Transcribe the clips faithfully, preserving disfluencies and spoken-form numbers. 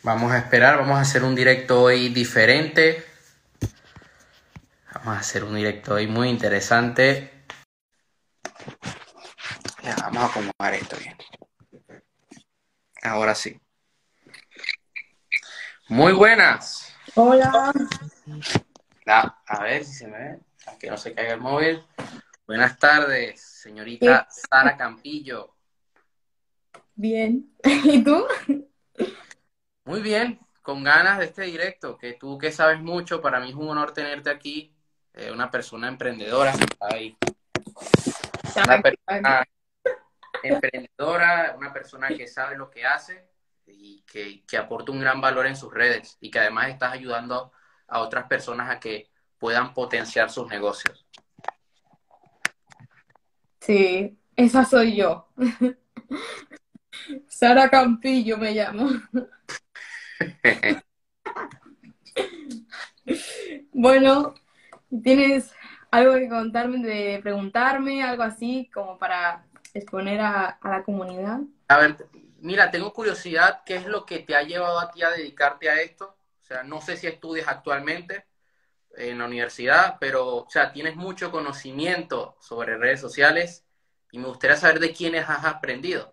Vamos a esperar, vamos a hacer un directo hoy diferente. Vamos a hacer un directo hoy muy interesante. Ya, vamos a acomodar esto bien. Ahora sí. Muy buenas. Hola, Ah, a ver si se me ve. Que no se caiga el móvil. Buenas tardes, ¿qué? señorita Sara Campillo. Bien. ¿Y tú? Muy bien, con ganas de este directo, que tú que sabes mucho, para mí es un honor tenerte aquí, eh, una persona emprendedora, ahí, una persona emprendedora, una persona que sabe lo que hace y que, que aporta un gran valor en sus redes y que además estás ayudando a otras personas a que puedan potenciar sus negocios. Sí, esa soy yo. Sara Campillo me llamo. Bueno, ¿tienes algo que contarme, de preguntarme, algo así, como para exponer a, a la comunidad? A ver, mira, tengo curiosidad, ¿qué es lo que te ha llevado a ti a dedicarte a esto? O sea, no sé si estudias actualmente en la universidad, pero, o sea, tienes mucho conocimiento sobre redes sociales y me gustaría saber de quiénes has aprendido.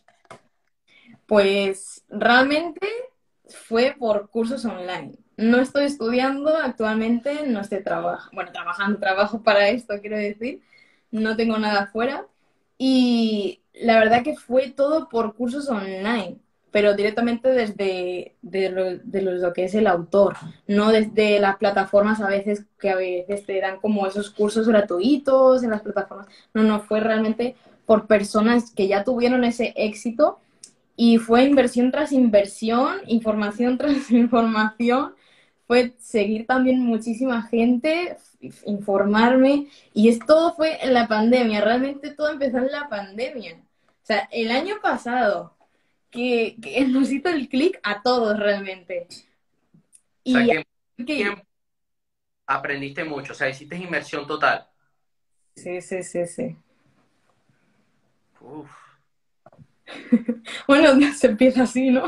Pues realmente fue por cursos online. No estoy estudiando actualmente, no estoy trabajando, bueno, trabajando, trabajo para esto, quiero decir, no tengo nada afuera. Y la verdad que fue todo por cursos online, pero directamente desde de lo, de lo que es el autor, no desde las plataformas a veces que a veces te dan como esos cursos gratuitos en las plataformas. No, no, fue realmente por personas que ya tuvieron ese éxito y fue inversión tras inversión, información tras información. Fue seguir también muchísima gente, informarme. Y esto fue en la pandemia. Realmente todo empezó en la pandemia. O sea, el año pasado, que, que nos hizo el clic a todos realmente. O sea, Y que que, tiempo aprendiste mucho, o sea, hiciste inmersión total. sí, sí, sí, sí. Uf. Bueno, se empieza así, ¿no?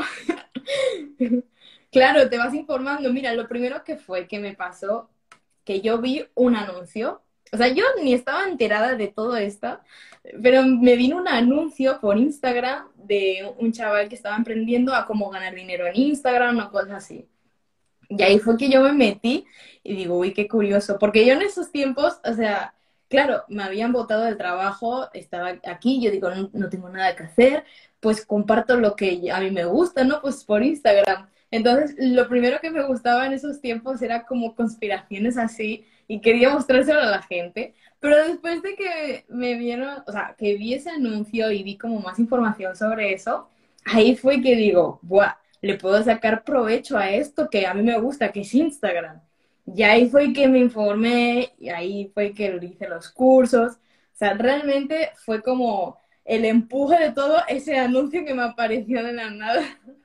Claro, te vas informando. Mira, lo primero que fue que me pasó, que yo vi un anuncio. O sea, yo ni estaba enterada de todo esto, pero me vino un anuncio por Instagram de un chaval que estaba emprendiendo a cómo ganar dinero en Instagram o cosas así. Y ahí fue que yo me metí y digo, uy, qué curioso, porque yo en esos tiempos, o sea, claro, me habían botado del trabajo, estaba aquí, yo digo, no, no tengo nada que hacer, pues comparto lo que a mí me gusta, ¿no? Pues por Instagram. Entonces, lo primero que me gustaba en esos tiempos era como conspiraciones así y quería mostrárselo a la gente. Pero después de que me vieron, o sea, que vi ese anuncio y vi como más información sobre eso, ahí fue que digo, ¡buah! Le puedo sacar provecho a esto que a mí me gusta, que es Instagram. Y ahí fue que me informé, y ahí fue que hice los cursos. O sea, realmente fue como el empuje de todo ese anuncio que me apareció de la nada.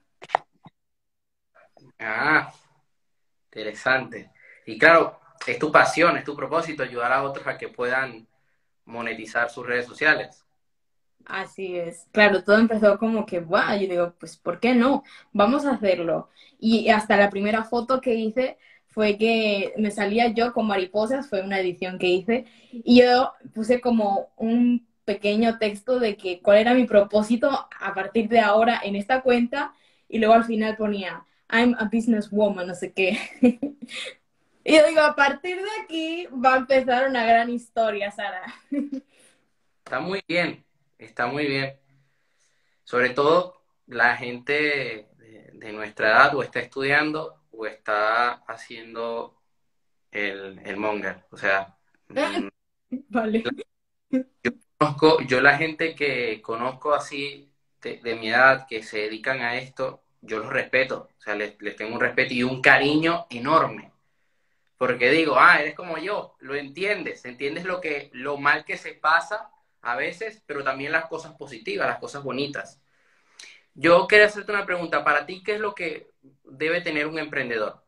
Ah, interesante. Y claro, es tu pasión, es tu propósito ayudar a otros a que puedan monetizar sus redes sociales. Así es. Claro, todo empezó como que, guau, yo digo, pues, ¿por qué no? Vamos a hacerlo. Y hasta la primera foto que hice fue que me salía yo con mariposas, fue una edición que hice, y yo puse como un pequeño texto de que cuál era mi propósito a partir de ahora en esta cuenta, y luego al final ponía, I'm a businesswoman, no sé qué. Y yo digo, a partir de aquí va a empezar una gran historia, Sara. Está muy bien, está muy bien. Sobre todo la gente de, de nuestra edad o está estudiando o está haciendo el, el monger. O sea, mm, Vale. conozco, yo la gente que conozco así de, de mi edad que se dedican a esto, yo los respeto. O sea, les, les tengo un respeto y un cariño enorme. Porque digo, ah, eres como yo, lo entiendes, entiendes lo que, lo mal que se pasa a veces, pero también las cosas positivas, las cosas bonitas. Yo quería hacerte una pregunta. Para ti, ¿qué es lo que debe tener un emprendedor?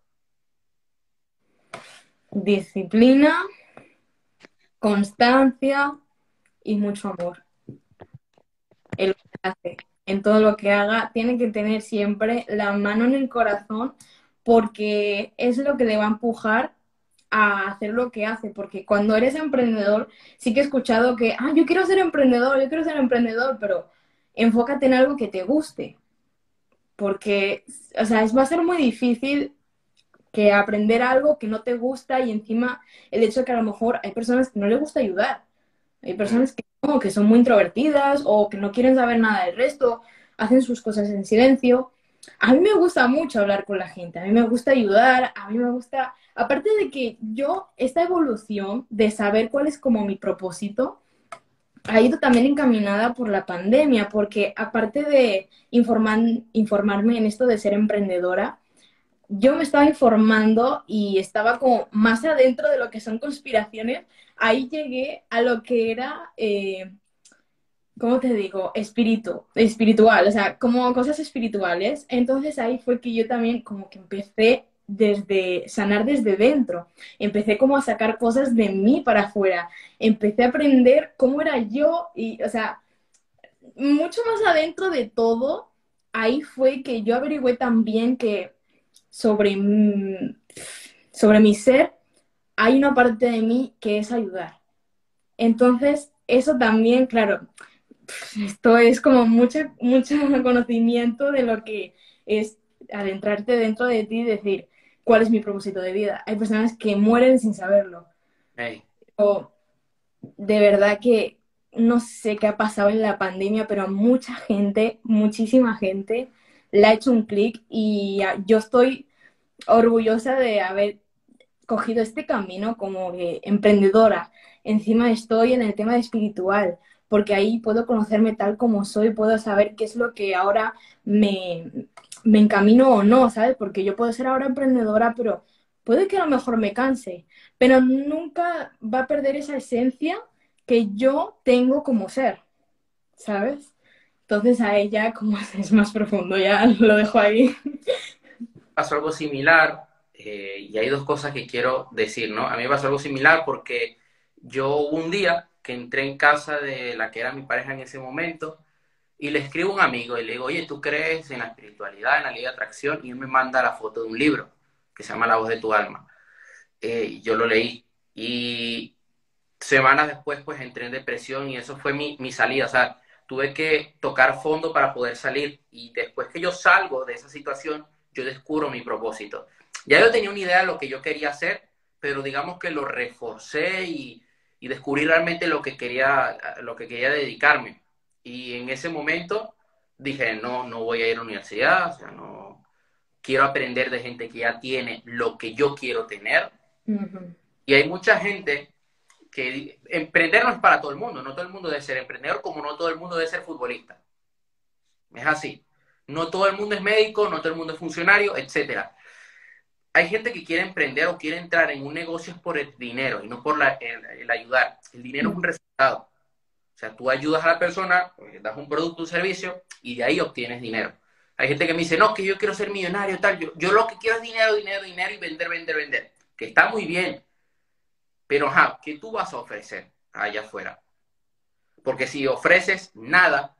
Disciplina, constancia y mucho amor. El que hace. en todo lo que haga, tiene que tener siempre la mano en el corazón porque es lo que le va a empujar a hacer lo que hace, porque cuando eres emprendedor, sí que he escuchado que, ah, yo quiero ser emprendedor, yo quiero ser emprendedor, pero enfócate en algo que te guste, porque, o sea, es, va a ser muy difícil que aprender algo que no te gusta y encima el hecho de que a lo mejor hay personas que no les gusta ayudar, hay Mm. personas que no, que son muy introvertidas o que no quieren saber nada del resto, hacen sus cosas en silencio. A mí me gusta mucho hablar con la gente, a mí me gusta ayudar, a mí me gusta, aparte de que yo, esta evolución de saber cuál es como mi propósito, ha ido también encaminada por la pandemia, porque aparte de informar, informarme en esto de ser emprendedora, yo me estaba informando y estaba como más adentro de lo que son conspiraciones. Ahí llegué a lo que era, eh, ¿cómo te digo? Espíritu, espiritual, o sea, como cosas espirituales. Entonces ahí fue que yo también como que empecé desde sanar desde dentro. Empecé como a sacar cosas de mí para afuera. Empecé a aprender cómo era yo y, o sea, mucho más adentro de todo. Ahí fue que yo averigüé también que sobre, sobre mi ser, hay una parte de mí que es ayudar. Entonces, eso también, claro, esto es como mucho, mucho conocimiento de lo que es adentrarte dentro de ti y decir, ¿cuál es mi propósito de vida? Hay personas que mueren sin saberlo. Hey, O de verdad que no sé qué ha pasado en la pandemia, pero a mucha gente, muchísima gente, le ha hecho un clic y yo estoy orgullosa de haber cogido este camino como de emprendedora. Encima estoy en el tema de espiritual, porque ahí puedo conocerme tal como soy, puedo saber qué es lo que ahora me, me encamino o no, ¿sabes? Porque yo puedo ser ahora emprendedora, pero puede que a lo mejor me canse, pero nunca va a perder esa esencia que yo tengo como ser, ¿sabes? Entonces a ella como es más profundo, ya lo dejo ahí. pasó algo similar, eh, y hay dos cosas que quiero decir, ¿no? A mí me pasó algo similar porque yo un día que entré en casa de la que era mi pareja en ese momento y le escribo a un amigo y le digo, oye, ¿tú crees en la espiritualidad, en la ley de atracción? Y él me manda la foto de un libro que se llama La voz de tu alma. Eh, yo lo leí y semanas después pues entré en depresión y eso fue mi, mi salida, o sea, tuve que tocar fondo para poder salir y después que yo salgo de esa situación, yo descubro mi propósito. Ya yo tenía una idea de lo que yo quería hacer, pero digamos que lo reforcé y, y descubrí realmente lo que quería, lo que quería dedicarme. Y en ese momento dije, no, no voy a ir a la universidad, o sea, no quiero aprender de gente que ya tiene lo que yo quiero tener. Uh -huh. Y hay mucha gente que emprender no es para todo el mundo, no todo el mundo debe ser emprendedor, como no todo el mundo debe ser futbolista. Es así. No todo el mundo es médico, no todo el mundo es funcionario, etcétera. Hay gente que quiere emprender o quiere entrar en un negocio es por el dinero y no por la, el, el ayudar. El dinero es un resultado. O sea, tú ayudas a la persona, pues, das un producto, un servicio y de ahí obtienes dinero. Hay gente que me dice, no, que yo quiero ser millonario, tal. Yo, yo lo que quiero es dinero, dinero, dinero y vender, vender, vender. Que está muy bien. Pero, ajá, ¿qué tú vas a ofrecer allá afuera? Porque si ofreces nada,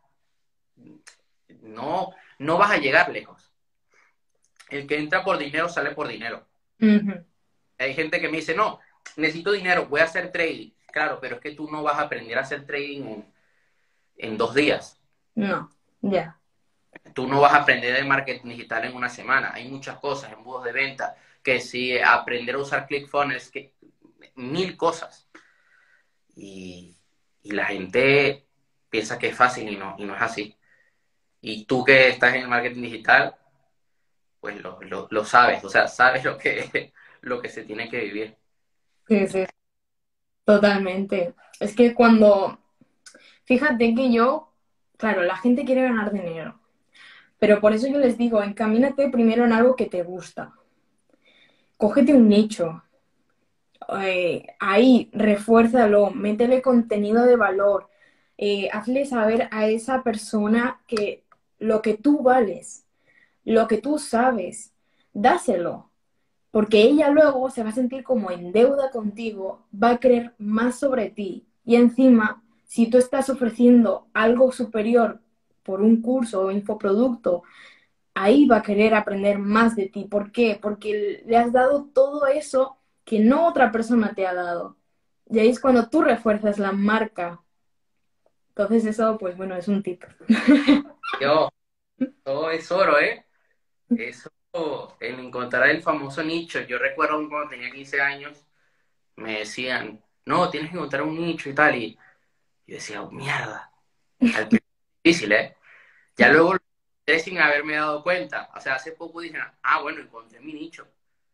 no, no vas a llegar lejos. El que entra por dinero sale por dinero. Uh -huh. Hay gente que me dice, no, necesito dinero, voy a hacer trading. Claro, pero es que tú no vas a aprender a hacer trading en, en dos días. No, ya. Yeah. Tú no vas a aprender de marketing digital en una semana. Hay muchas cosas, embudos de venta, que si aprender a usar ClickFunnels, que mil cosas. Y, y la gente piensa que es fácil y no, y no es así. Y tú que estás en el marketing digital, pues lo, lo, lo sabes, o sea, sabes lo que, lo que se tiene que vivir. Sí, sí, totalmente. Es que cuando, fíjate que yo, claro, la gente quiere ganar dinero, pero por eso yo les digo, encamínate primero en algo que te gusta. Cógete un nicho, eh, ahí, refuérzalo, métele contenido de valor, eh, hazle saber a esa persona que lo que tú vales, lo que tú sabes, dáselo. Porque ella luego se va a sentir como en deuda contigo, va a querer más sobre ti. Y encima, si tú estás ofreciendo algo superior por un curso o infoproducto, ahí va a querer aprender más de ti. ¿Por qué? Porque le has dado todo eso que no otra persona te ha dado. Y ahí es cuando tú refuerzas la marca. Entonces eso, pues bueno, es un tip. Yo, todo es oro, ¿eh? Eso, el encontrar el famoso nicho. Yo recuerdo cuando tenía quince años, me decían, no, tienes que encontrar un nicho y tal. Y yo decía, oh, mierda. Al principio es difícil, ¿eh? Ya luego lo encontré sin haberme dado cuenta. O sea, hace poco dije, ah, bueno, encontré mi nicho.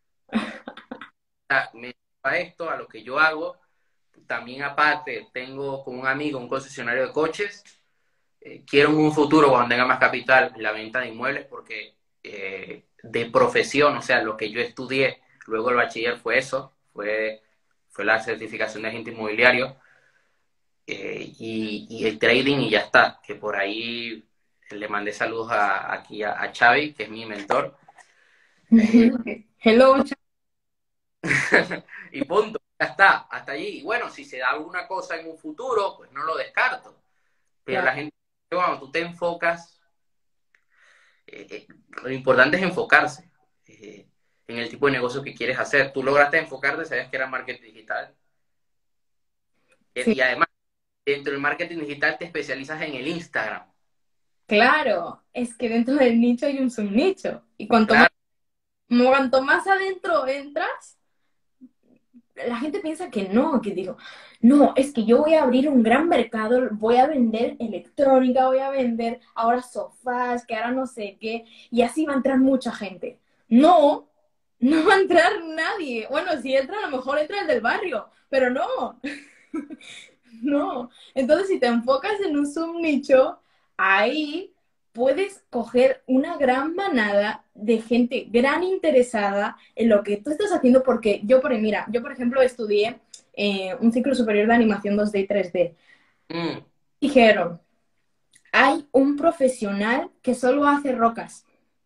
O sea, me dedico a esto, a lo que yo hago. También aparte, tengo con un amigo un concesionario de coches. Eh, quiero en un futuro, cuando tenga más capital, la venta de inmuebles, porque eh, de profesión, o sea, lo que yo estudié, luego el bachiller fue eso, fue, fue la certificación de agente inmobiliario, eh, y, y el trading y ya está, que por ahí le mandé saludos a, aquí a, a Xavi, que es mi mentor. Eh, Hello. y punto, ya está, hasta allí. Y bueno, si se da alguna cosa en un futuro, pues no lo descarto. Pero la gente, cuando tú te enfocas, eh, eh, lo importante es enfocarse eh, en el tipo de negocio que quieres hacer. Tú lograste enfocarte, sabías que era marketing digital. Sí, Y además, dentro del marketing digital te especializas en el Instagram. claro, es que dentro del nicho hay un subnicho. Y cuanto más, Claro, cuanto más adentro entras, la gente piensa que no, que digo, no, es que yo voy a abrir un gran mercado, voy a vender electrónica, voy a vender ahora sofás, que ahora no sé qué, y así va a entrar mucha gente. No, no va a entrar nadie. Bueno, si entra, a lo mejor entra el del barrio, pero no, no. Entonces, si te enfocas en un subnicho, ahí puedes coger una gran manada de gente gran interesada en lo que tú estás haciendo, porque yo, por, mira, yo por ejemplo estudié eh, un ciclo superior de animación dos D y tres D. mm, Dijeron, hay un profesional que solo hace rocas.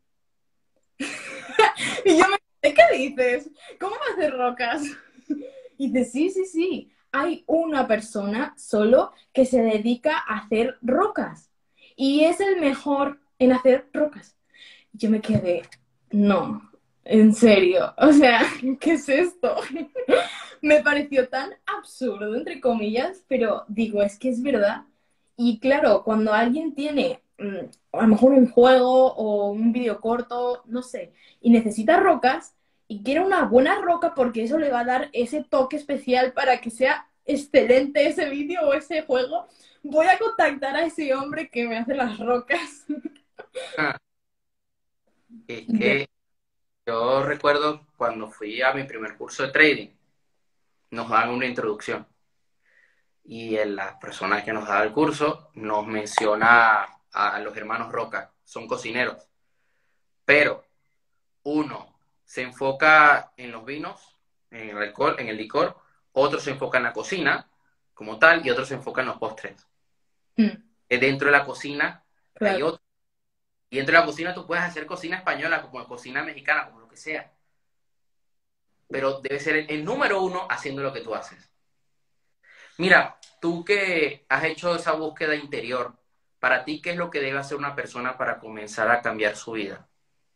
Y yo me ¿qué dices? ¿Cómo va a hacer rocas? Y dice, sí, sí, sí, hay una persona solo que se dedica a hacer rocas y es el mejor en hacer rocas. Yo me quedé, no, en serio, o sea, ¿qué es esto? Me pareció tan absurdo, entre comillas, pero digo, es que es verdad. Y claro, cuando alguien tiene mm, a lo mejor un juego o un vídeo corto, no sé, y necesita rocas y quiere una buena roca porque eso le va a dar ese toque especial para que sea excelente ese vídeo o ese juego, voy a contactar a ese hombre que me hace las rocas. ah, es que yo recuerdo cuando fui a mi primer curso de trading, nos daban una introducción y en la persona que nos daba el curso nos menciona a, a los hermanos Roca, son cocineros, pero uno se enfoca en los vinos, en el alcohol, en el licor, otro se enfoca en la cocina como tal y otro se enfoca en los postres. Mm, Eh, Dentro de la cocina hay claro. otro. Y dentro de la cocina tú puedes hacer cocina española, como cocina mexicana, como lo que sea. Pero debe ser el, el número uno haciendo lo que tú haces. Mira, tú que has hecho esa búsqueda interior, para ti, ¿qué es lo que debe hacer una persona para comenzar a cambiar su vida?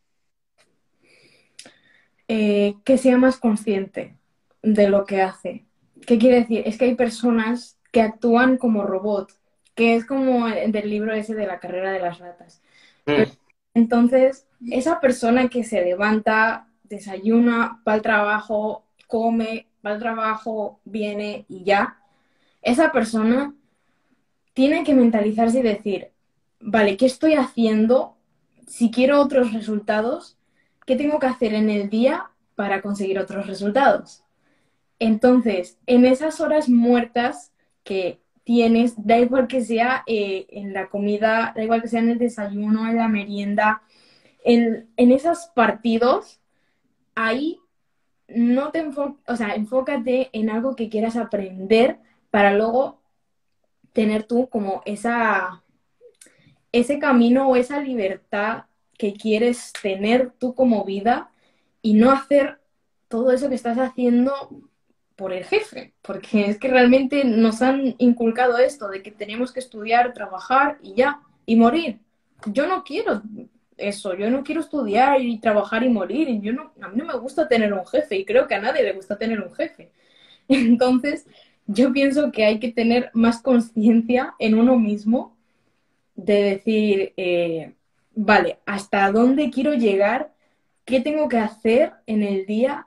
Eh, que sea más consciente de lo que hace. ¿Qué quiere decir? Es que hay personas que actúan como robot, que es como el del libro ese de la carrera de las ratas. Mm, Entonces, esa persona que se levanta, desayuna, va al trabajo, come, va al trabajo, viene y ya, esa persona tiene que mentalizarse y decir, vale, ¿qué estoy haciendo? Si quiero otros resultados, ¿qué tengo que hacer en el día para conseguir otros resultados? Entonces, en esas horas muertas que tienes, da igual que sea eh, en la comida, da igual que sea en el desayuno, en la merienda, en, en esos partidos, ahí no te enfocas, o sea, enfócate en algo que quieras aprender para luego tener tú como esa, ese camino o esa libertad que quieres tener tú como vida y no hacer todo eso que estás haciendo por el jefe, porque es que realmente nos han inculcado esto de que tenemos que estudiar, trabajar y ya. y morir. Yo no quiero eso, yo no quiero estudiar y trabajar y morir. Yo no, a mí no me gusta tener un jefe y creo que a nadie le gusta tener un jefe. Entonces, yo pienso que hay que tener más conciencia en uno mismo de decir, eh, vale, ¿hasta dónde quiero llegar? ¿Qué tengo que hacer en el día?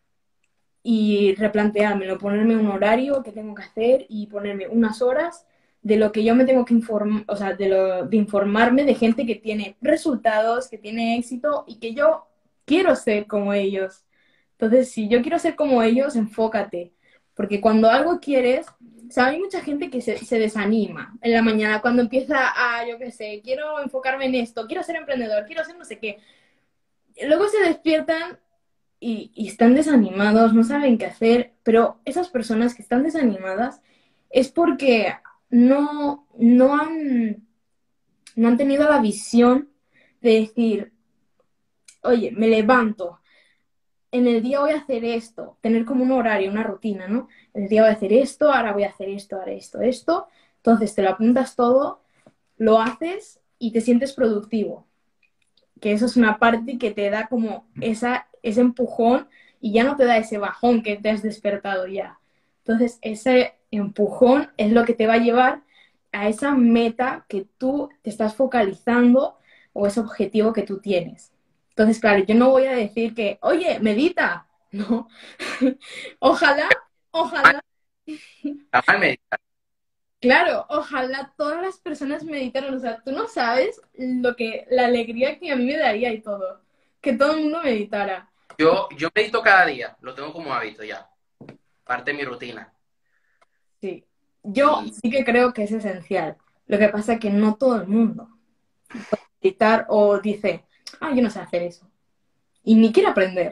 Y replanteármelo, ponerme un horario que tengo que hacer y ponerme unas horas de lo que yo me tengo que informar, o sea, de, lo, de informarme de gente que tiene resultados, que tiene éxito y que yo quiero ser como ellos. Entonces, si yo quiero ser como ellos, enfócate. Porque cuando algo quieres, o sea, hay mucha gente que se, se desanima en la mañana cuando empieza a, yo qué sé, quiero enfocarme en esto, quiero ser emprendedor, quiero ser no sé qué. Luego se despiertan y, y están desanimados, no saben qué hacer, pero esas personas que están desanimadas es porque no, no han, no han tenido la visión de decir, oye, me levanto, en el día voy a hacer esto, tener como un horario, una rutina, ¿no? En el día voy a hacer esto, ahora voy a hacer esto, ahora esto, esto. Entonces te lo apuntas todo, lo haces y te sientes productivo. Que eso es una parte que te da como esa, ese empujón y ya no te da ese bajón que te has despertado ya. Entonces, ese empujón es lo que te va a llevar a esa meta que tú te estás focalizando o ese objetivo que tú tienes. Entonces, claro, yo no voy a decir que, oye, medita. No. Ojalá, ojalá, Está mal meditar. claro, ojalá todas las personas meditaran. O sea, tú no sabes lo que, la alegría que a mí me daría y todo. Que todo el mundo meditara. Yo, yo medito cada día, lo tengo como hábito ya, parte de mi rutina. Sí. Yo Y sí que creo que es esencial. Lo que pasa es que no todo el mundo puede meditar o dice, ah, yo no sé hacer eso. Y ni quiere aprender.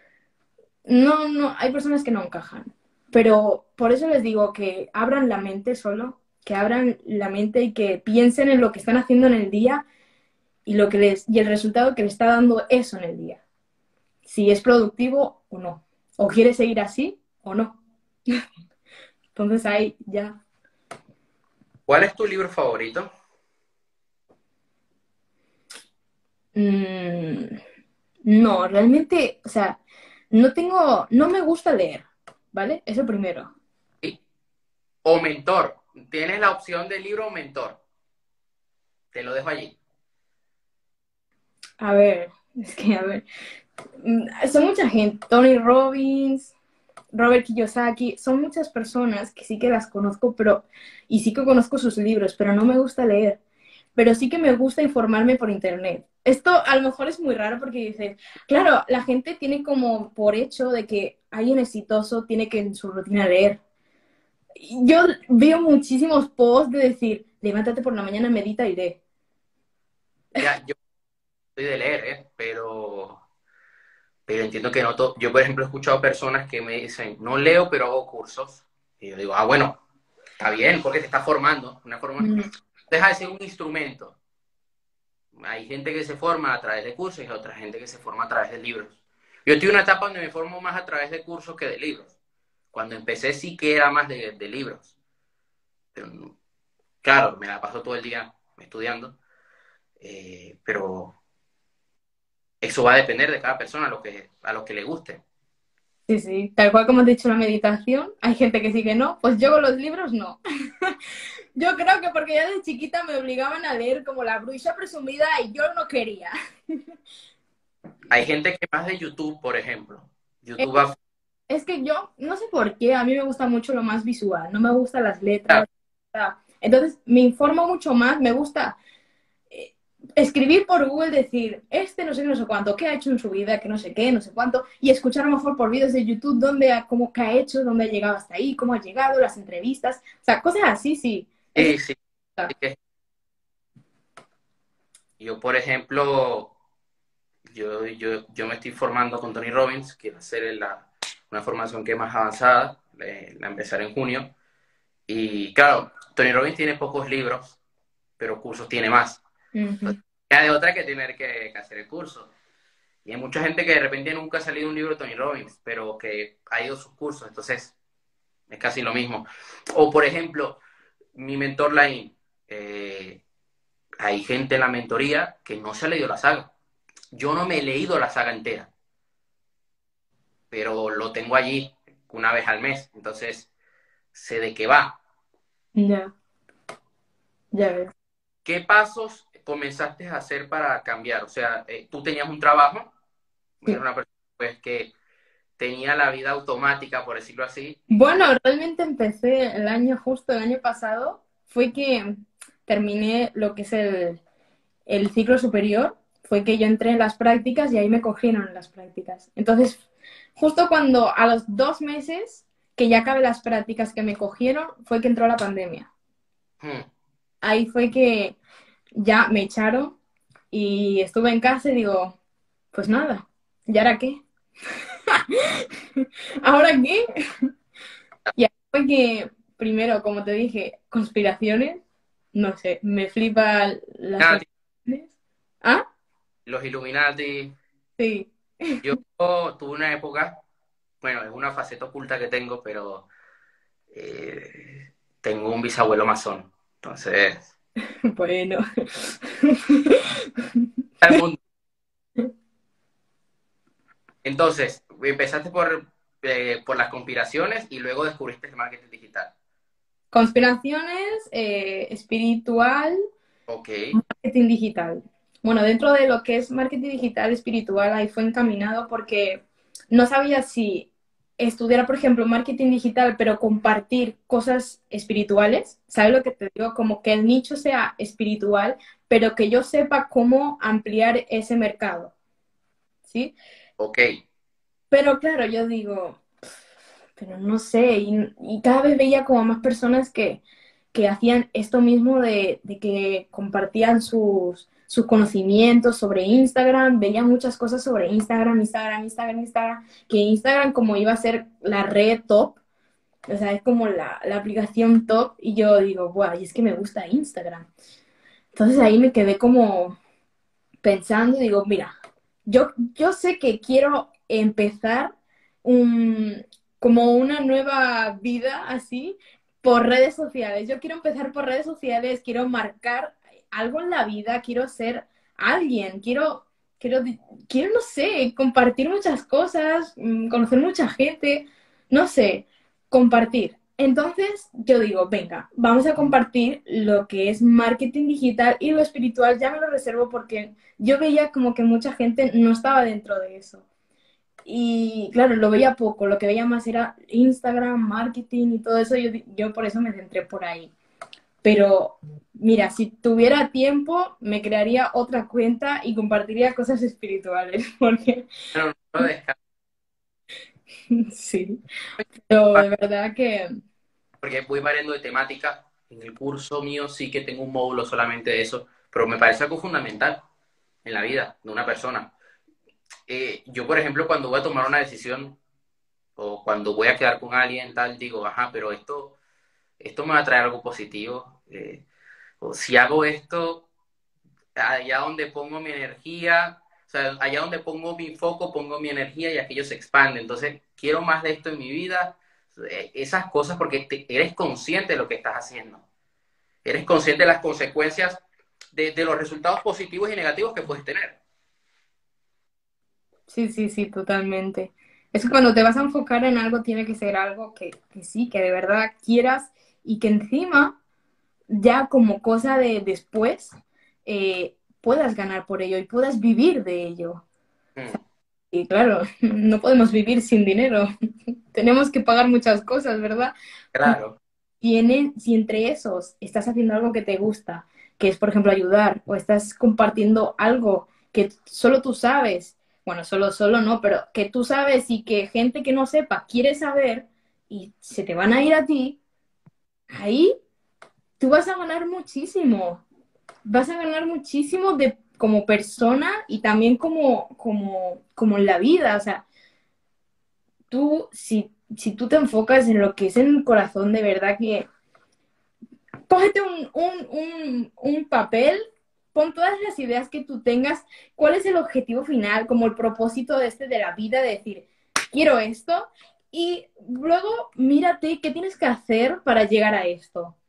No, no, hay personas que no encajan. Pero por eso les digo que abran la mente solo, que abran la mente y que piensen en lo que están haciendo en el día y lo que les, y el resultado que les está dando eso en el día. Si es productivo o no. O quiere seguir así o no. Entonces ahí ya. ¿cuál es tu libro favorito? Mm, no, realmente, o sea, no tengo, no me gusta leer, ¿vale? Eso primero. ¿Sí? O mentor. Tienes la opción de libro o mentor. Te lo dejo allí. A ver, es que, a ver, mm, son mucha gente. Tony Robbins, Robert Kiyosaki, son muchas personas que sí que las conozco, pero, y sí que conozco sus libros, pero no me gusta leer. Pero sí que me gusta informarme por internet. Esto a lo mejor es muy raro porque dices, claro, la gente tiene como por hecho de que alguien exitoso tiene que en su rutina leer. Yo veo muchísimos posts de decir, levántate por la mañana, medita y lee. Ya, yo soy de leer, ¿eh? Pero, pero entiendo que no todo. Yo, por ejemplo, he escuchado personas que me dicen, no leo, pero hago cursos. Y yo digo, ah, bueno, está bien, porque te está formando. Una forma, Mm, deja de ser un instrumento. Hay gente que se forma a través de cursos y otra gente que se forma a través de libros. Yo estoy en una etapa donde me formo más a través de cursos que de libros. Cuando empecé sí que era más de, de libros. Pero, claro, me la paso todo el día estudiando. Eh, pero eso va a depender de cada persona, a lo que, a lo que le guste. sí, sí, tal cual como has dicho la meditación, hay gente que sí que no, pues yo con los libros no. Yo creo que porque ya de chiquita me obligaban a leer como la bruja presumida y yo no quería. Hay gente que más de YouTube, por ejemplo. Es, YouTube va es que yo no sé por qué, a mí me gusta mucho lo más visual, no me gustan las a... letras. Entonces me informo mucho más, me gusta eh, escribir por Google, decir, este no sé qué, no sé cuánto, qué ha hecho en su vida, que no sé qué, no sé cuánto, y escuchar a lo mejor por vídeos de YouTube dónde ha, cómo, qué ha hecho, dónde ha llegado hasta ahí, cómo ha llegado, las entrevistas, o sea, cosas así, sí. Eso Sí, sí, sí que- yo, por ejemplo, yo, yo, yo me estoy formando con Tony Robbins, quiero hacer la, una formación que es más avanzada, le- la empezaré en junio. Y claro, Tony Robbins tiene pocos libros, pero cursos tiene más. uh-huh. Ya de otra que tener que, que hacer el curso. Y hay mucha gente que de repente nunca ha salido un libro de Tony Robbins, pero que ha ido a sus cursos, entonces es casi lo mismo. O por ejemplo, mi mentor Lain, eh, hay gente en la mentoría que no se ha leído la saga. Yo no me he leído la saga entera, pero lo tengo allí una vez al mes, entonces sé de qué va. Ya, ya ves. ¿Qué pasos comenzaste a hacer para cambiar? O sea, eh, tú tenías un trabajo, era Sí. una persona pues, que tenía la vida automática, por decirlo así. Bueno, realmente empecé el año, justo el año pasado, fue que terminé lo que es el, el ciclo superior, fue que yo entré en las prácticas y ahí me cogieron en las prácticas. Entonces, justo cuando a los dos meses que ya acabé las prácticas que me cogieron, fue que entró la pandemia. Hmm, Ahí fue que ya me echaron y estuve en casa y digo, pues nada, ¿y ahora qué? ¿Ahora qué? Y ahí fue que, primero, como te dije, conspiraciones, no sé, me flipan las Illuminati, conspiraciones. ¿Ah? los Illuminati. Sí. Yo tuve una época, bueno, es una faceta oculta que tengo, pero eh, tengo un bisabuelo masón. Entonces, Bueno. al mundo. Entonces, empezaste por, eh, por las conspiraciones y luego descubriste el marketing digital. Conspiraciones, eh, espiritual, Ok, marketing digital. Bueno, dentro de lo que es marketing digital espiritual, ahí fue encaminado porque no sabía si estudiar, por ejemplo, marketing digital, pero compartir cosas espirituales. ¿Sabes lo que te digo? Como que el nicho sea espiritual, pero que yo sepa cómo ampliar ese mercado, ¿sí? ok. Pero claro, yo digo, pero no sé, y, y cada vez veía como más personas que, que hacían esto mismo de, de que compartían sus, sus conocimientos sobre Instagram, veía muchas cosas sobre Instagram, Instagram, Instagram, Instagram, que Instagram como iba a ser la red top, o sea, es como la, la aplicación top, y yo digo, guau, y es que me gusta Instagram. Entonces ahí me quedé como pensando y digo, mira, yo, yo sé que quiero empezar un, como una nueva vida así por redes sociales. Yo quiero empezar por redes sociales, quiero marcar algo en la vida, quiero ser alguien, quiero, quiero, quiero, no sé, compartir muchas cosas, mm, conocer mucha gente, no sé, compartir. Entonces yo digo, venga, vamos a compartir lo que es marketing digital y lo espiritual, ya me lo reservo porque yo veía como que mucha gente no estaba dentro de eso. Y claro, lo veía poco, lo que veía más era Instagram, marketing y todo eso, yo, yo por eso me centré por ahí. Pero mira, si tuviera tiempo, me crearía otra cuenta y compartiría cosas espirituales, porque Bueno, no lo descarto, sí, pero de verdad que porque voy variando de temática. En el curso mío sí que tengo un módulo solamente de eso, pero me parece algo fundamental en la vida de una persona. Eh, yo, por ejemplo, cuando voy a tomar una decisión o cuando voy a quedar con alguien, tal, digo, ajá, pero esto, esto me va a traer algo positivo. Eh, o si hago esto, allá donde pongo mi energía, o sea, allá donde pongo mi foco, pongo mi energía y aquello se expande. Entonces, quiero más de esto en mi vida, eh, esas cosas, porque te, eres consciente de lo que estás haciendo. Eres consciente de las consecuencias de, de los resultados positivos y negativos que puedes tener. sí, sí, sí, totalmente. Es que cuando te vas a enfocar en algo, tiene que ser algo que, que sí, que de verdad quieras y que encima, ya como cosa de después, eh, puedas ganar por ello y puedas vivir de ello. Mm, Y claro, no podemos vivir sin dinero. Tenemos que pagar muchas cosas, ¿verdad? claro, Y en- si entre esos estás haciendo algo que te gusta, que es, por ejemplo, ayudar, o estás compartiendo algo que solo tú sabes, bueno, solo, solo no, pero que tú sabes y que gente que no sepa quiere saber y se te van a ir a ti, ahí tú vas a ganar muchísimo. Vas a ganar muchísimo de, como persona y también como, como, como en la vida. O sea, tú, si, si tú te enfocas en lo que es en el corazón, de verdad que cógete un, un, un, un papel, pon todas las ideas que tú tengas, cuál es el objetivo final, como el propósito de este de la vida, de decir, quiero esto, y luego mírate qué tienes que hacer para llegar a esto.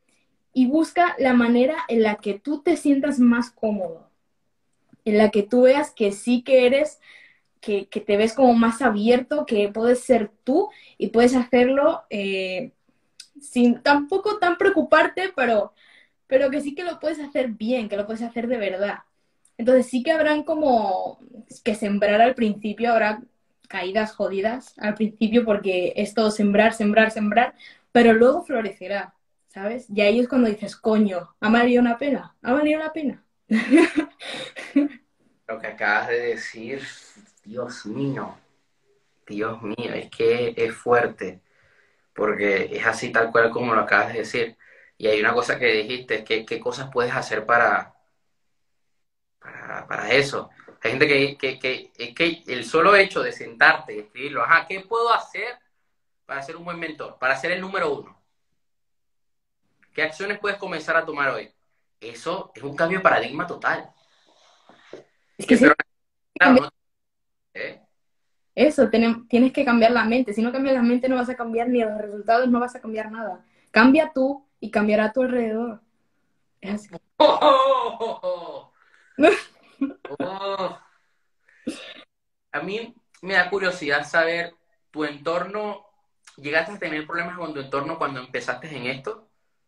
y busca la manera en la que tú te sientas más cómodo, en la que tú veas que sí que eres, que, que te ves como más abierto, que puedes ser tú y puedes hacerlo eh, sin tampoco tan preocuparte, pero, pero que sí que lo puedes hacer bien, que lo puedes hacer de verdad. Entonces sí que habrán como que sembrar al principio, habrá caídas jodidas al principio porque es todo sembrar, sembrar, sembrar, pero luego florecerá, ¿sabes? Y ahí es cuando dices, coño, ¿ha valido una pena? ¿Ha valido la pena? Lo que acabas de decir, Dios mío, Dios mío, es que es fuerte, porque es así tal cual como lo acabas de decir. Y hay una cosa que dijiste, que qué cosas puedes hacer para, para, para eso. Hay gente que, que, que, es que el solo hecho de sentarte y escribirlo, ajá, ¿qué puedo hacer para ser un buen mentor? Para ser el número uno. ¿Qué acciones puedes comenzar a tomar hoy? Eso es un cambio de paradigma total. Es que Que, sí, pero claro, no, ¿eh? eso, ten- tienes que cambiar la mente. Si no cambias la mente no vas a cambiar ni los resultados, no vas a cambiar nada. Cambia tú y cambiará a tu alrededor. Es así. ¡Oh, oh, oh, oh! Oh. A mí me da curiosidad saber tu entorno. ¿Llegaste a tener problemas con tu entorno cuando empezaste en esto?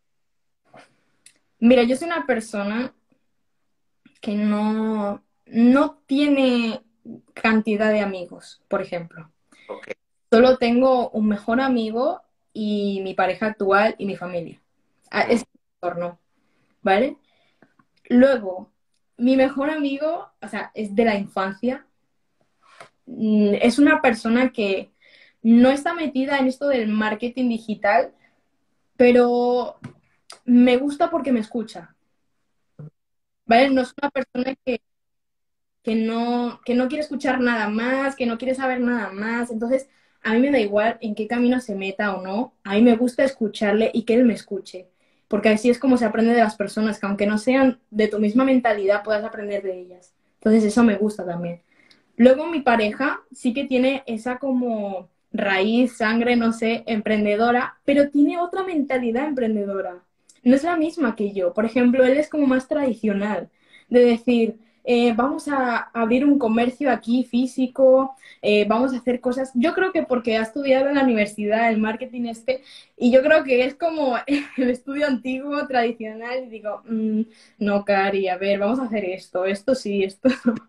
Mira, yo soy una persona que no, no tiene cantidad de amigos, por ejemplo. Ok. Solo tengo un mejor amigo y mi pareja actual y mi familia. Ah, es Mm. mi entorno, ¿vale? Luego, mi mejor amigo, o sea, es de la infancia. Mm, Es una persona que no está metida en esto del marketing digital, pero me gusta porque me escucha, ¿vale? No es una persona que que no, que no quiere escuchar nada más, que no quiere saber nada más. Entonces, a mí me da igual en qué camino se meta o no. A mí me gusta escucharle y que él me escuche. Porque así es como se aprende de las personas, que aunque no sean de tu misma mentalidad, puedas aprender de ellas. Entonces, eso me gusta también. Luego, mi pareja sí que tiene esa como raíz, sangre, no sé, emprendedora, pero tiene otra mentalidad emprendedora. No es la misma que yo. Por ejemplo, él es como más tradicional, de decir, eh, vamos a abrir un comercio aquí físico, eh, vamos a hacer cosas. Yo creo que porque ha estudiado en la universidad el marketing este, y yo creo que es como el estudio antiguo, tradicional, y digo, mm, no, Cari, a ver, vamos a hacer esto, esto sí, esto.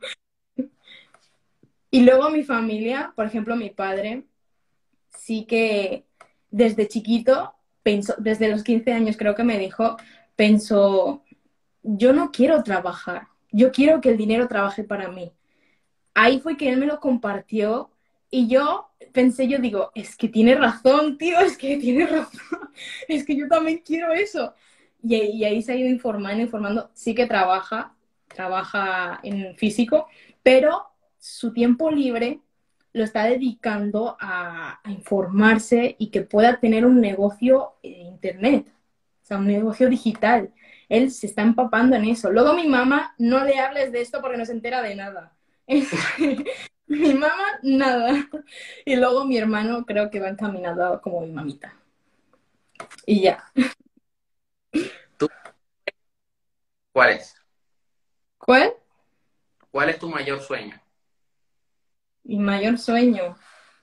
Y luego mi familia, por ejemplo, mi padre, sí que desde chiquito, pensó, desde los quince años creo que me dijo, pensó, yo no quiero trabajar, yo quiero que el dinero trabaje para mí. Ahí fue que él me lo compartió y yo pensé, yo digo, es que tiene razón, tío, es que tiene razón, es que yo también quiero eso. Y, y ahí se ha ido informando, informando, sí que trabaja, trabaja en físico, pero su tiempo libre lo está dedicando a, a informarse y que pueda tener un negocio en internet, o sea, un negocio digital. Él se está empapando en eso. Luego mi mamá, no le hables de esto porque no se entera de nada. Mi mamá, nada. Y luego mi hermano creo que va encaminado como mi mamita. Y ya. ¿Tú cuál es? ¿Cuál? ¿Cuál es tu mayor sueño? Mi mayor sueño.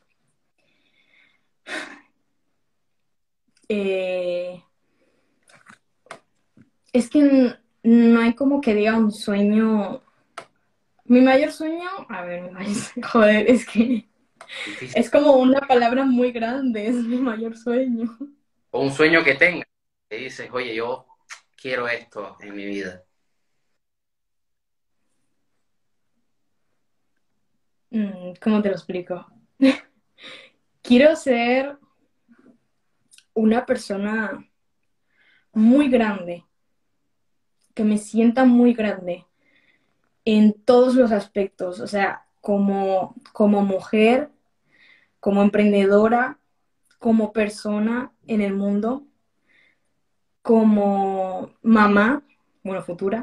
Eh, es que no hay como que diga un sueño. Mi mayor sueño, a ver, mi mayor sueño, joder, es que Difícil. es como una palabra muy grande, es mi mayor sueño. O un sueño que tengas. Que dices, oye, yo quiero esto en mi vida. Mm, ¿Cómo te lo explico? Quiero ser una persona muy grande, que me sienta muy grande en todos los aspectos, o sea, como, como mujer, como emprendedora, como persona en el mundo, como mamá, bueno, futura.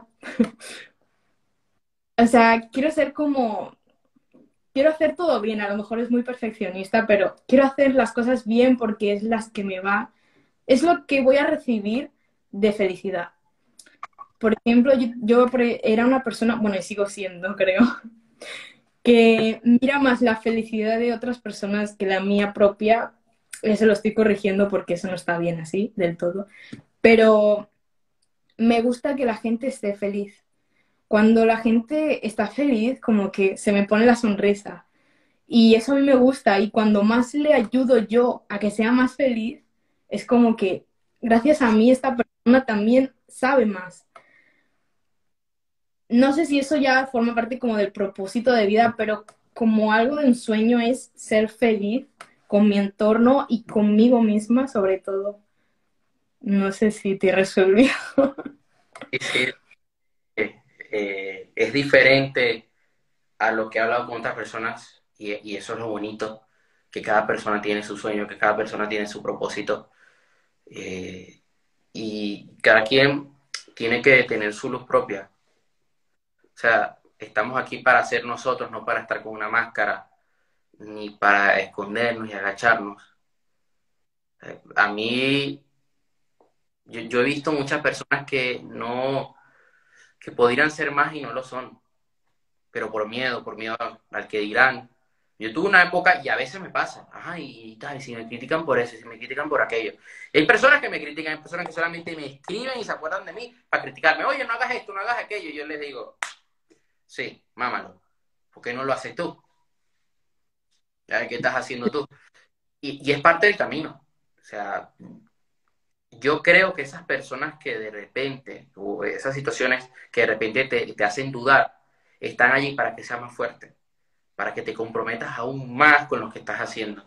O sea, quiero ser como, quiero hacer todo bien, a lo mejor es muy perfeccionista, pero quiero hacer las cosas bien porque es las que me va, es lo que voy a recibir de felicidad. Por ejemplo, yo, yo pre- era una persona, bueno, y sigo siendo, creo, que mira más la felicidad de otras personas que la mía propia. Eso lo estoy corrigiendo porque eso no está bien así del todo. Pero me gusta que la gente esté feliz. Cuando la gente está feliz, como que se me pone la sonrisa. Y eso a mí me gusta. Y cuando más le ayudo yo a que sea más feliz, es como que gracias a mí esta persona también sabe más. No sé si eso ya forma parte como del propósito de vida, pero como algo de un sueño es ser feliz con mi entorno y conmigo misma, sobre todo. No sé si te resolví. Y sí, eh, eh, es diferente a lo que he hablado con otras personas y, y eso es lo bonito, que cada persona tiene su sueño, que cada persona tiene su propósito eh, y cada quien tiene que tener su luz propia. O sea, estamos aquí para ser nosotros, no para estar con una máscara, ni para escondernos y agacharnos. Eh, A mí, yo, yo he visto muchas personas que no, que podrían ser más y no lo son, pero por miedo, por miedo al que dirán. Yo tuve una época, y a veces me pasa, ajá, y, y tal, y si me critican por eso, y si me critican por aquello. Y hay personas que me critican, hay personas que solamente me escriben y se acuerdan de mí para criticarme. Oye, no hagas esto, no hagas aquello. Y yo les digo, sí, mámalo. ¿Por qué no lo haces tú? ¿Ya? ¿Qué estás haciendo tú? Y, y es parte del camino. O sea, yo creo que esas personas que de repente, o esas situaciones que de repente te, te hacen dudar, están allí para que seas más fuerte, para que te comprometas aún más con lo que estás haciendo.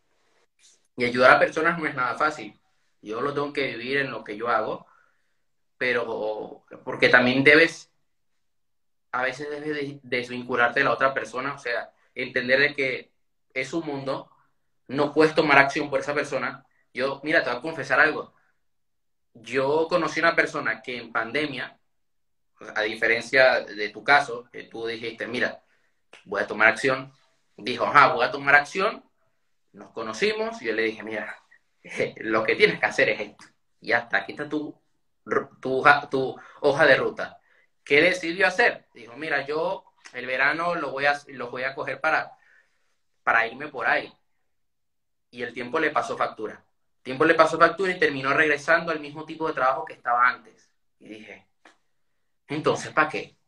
Y ayudar a personas no es nada fácil. Yo lo tengo que vivir en lo que yo hago, pero porque también debes, a veces debes de- desvincularte de la otra persona, o sea, entender de que es un mundo, no puedes tomar acción por esa persona. Yo, mira, te voy a confesar algo. Yo conocí una persona que en pandemia, a diferencia de tu caso, que tú dijiste, mira, voy a tomar acción, dijo, ajá, voy a tomar acción, nos conocimos, y yo le dije, mira, lo que tienes que hacer es esto. Y ya está, aquí está tu, tu, tu hoja de ruta. ¿Qué decidió hacer? Dijo, mira, yo el verano lo voy a, lo voy a coger para, para irme por ahí. Y el tiempo le pasó factura. El tiempo le pasó factura y terminó regresando al mismo tipo de trabajo que estaba antes. Y dije, entonces, ¿para qué?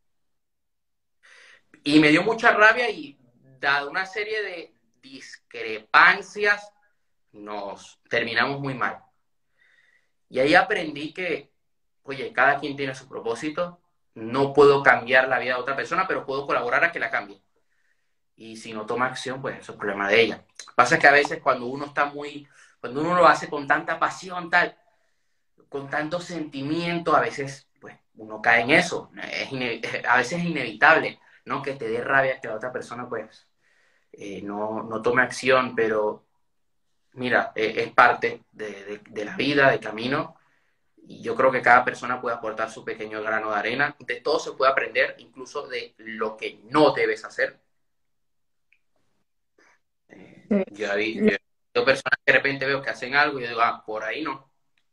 Y me dio mucha rabia y dado una serie de discrepancias, nos terminamos muy mal. Y ahí aprendí que, oye, cada quien tiene su propósito, no puedo cambiar la vida de otra persona, pero puedo colaborar a que la cambie. Y si no toma acción, pues eso es problema de ella. Pasa que a veces cuando uno está muy, cuando uno lo hace con tanta pasión, tal, con tanto sentimiento, a veces, pues, uno cae en eso. Es ine- a veces es inevitable, ¿no? Que te dé rabia que la otra persona, pues, eh, no, no tome acción, pero mira, eh, es parte de, de, de la vida, del camino. Y yo creo que cada persona puede aportar su pequeño grano de arena. De todo se puede aprender, incluso de lo que no debes hacer. Eh, yo, he, yo he visto personas que de repente veo que hacen algo y yo digo, ah, por ahí no.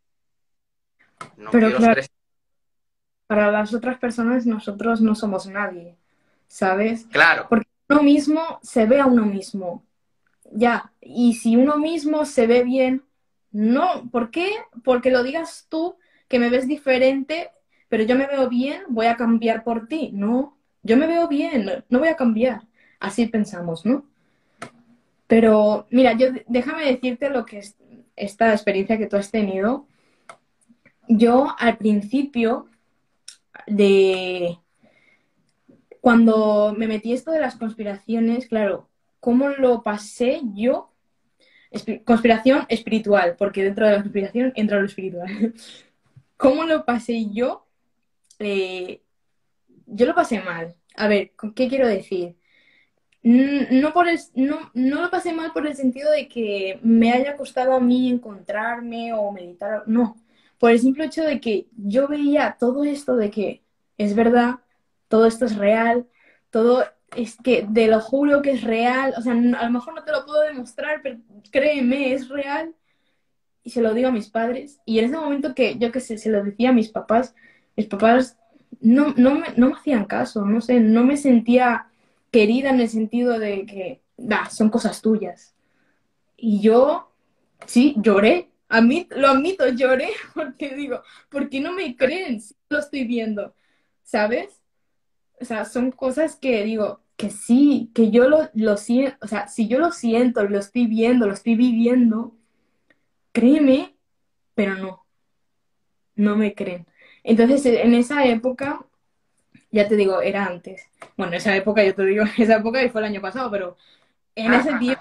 No Pero quiero claro, ser ese. para las otras personas nosotros no somos nadie, ¿sabes? Claro, Porque uno mismo se ve a uno mismo, ya. Y si uno mismo se ve bien, no, ¿por qué? Porque lo digas tú, que me ves diferente, pero yo me veo bien, voy a cambiar por ti. No, yo me veo bien, no, no voy a cambiar. Así pensamos, ¿no? Pero mira, yo déjame decirte lo que es esta experiencia que tú has tenido. Yo al principio de cuando me metí esto de las conspiraciones, claro, ¿cómo lo pasé yo? Espi- conspiración espiritual, porque dentro de la conspiración entra lo espiritual. ¿Cómo lo pasé yo? Eh, yo lo pasé mal. A ver, ¿qué quiero decir? No, por el, no, no lo pasé mal por el sentido de que me haya costado a mí encontrarme o meditar, no, por el simple hecho de que yo veía todo esto de que es verdad, todo esto es real, todo es que te lo juro que es real, o sea, a lo mejor no te lo puedo demostrar, pero créeme, es real y se lo digo a mis padres. Y en ese momento que yo que sé, se lo decía a mis papás, mis papás no, no, me, no me hacían caso, no sé, no me sentía querida en el sentido de que, da, son cosas tuyas. Y yo, sí, lloré. A mí, lo admito, lloré porque digo, ¿por qué no me creen si lo estoy viendo? ¿Sabes? O sea, son cosas que digo, que sí, que yo lo, lo siento, o sea, si yo lo siento, lo estoy viendo, lo estoy viviendo, créeme, pero no, no me creen. Entonces, en esa época, ya te digo, era antes. Bueno, esa época, yo te digo, esa época y fue el año pasado, pero en ese tiempo,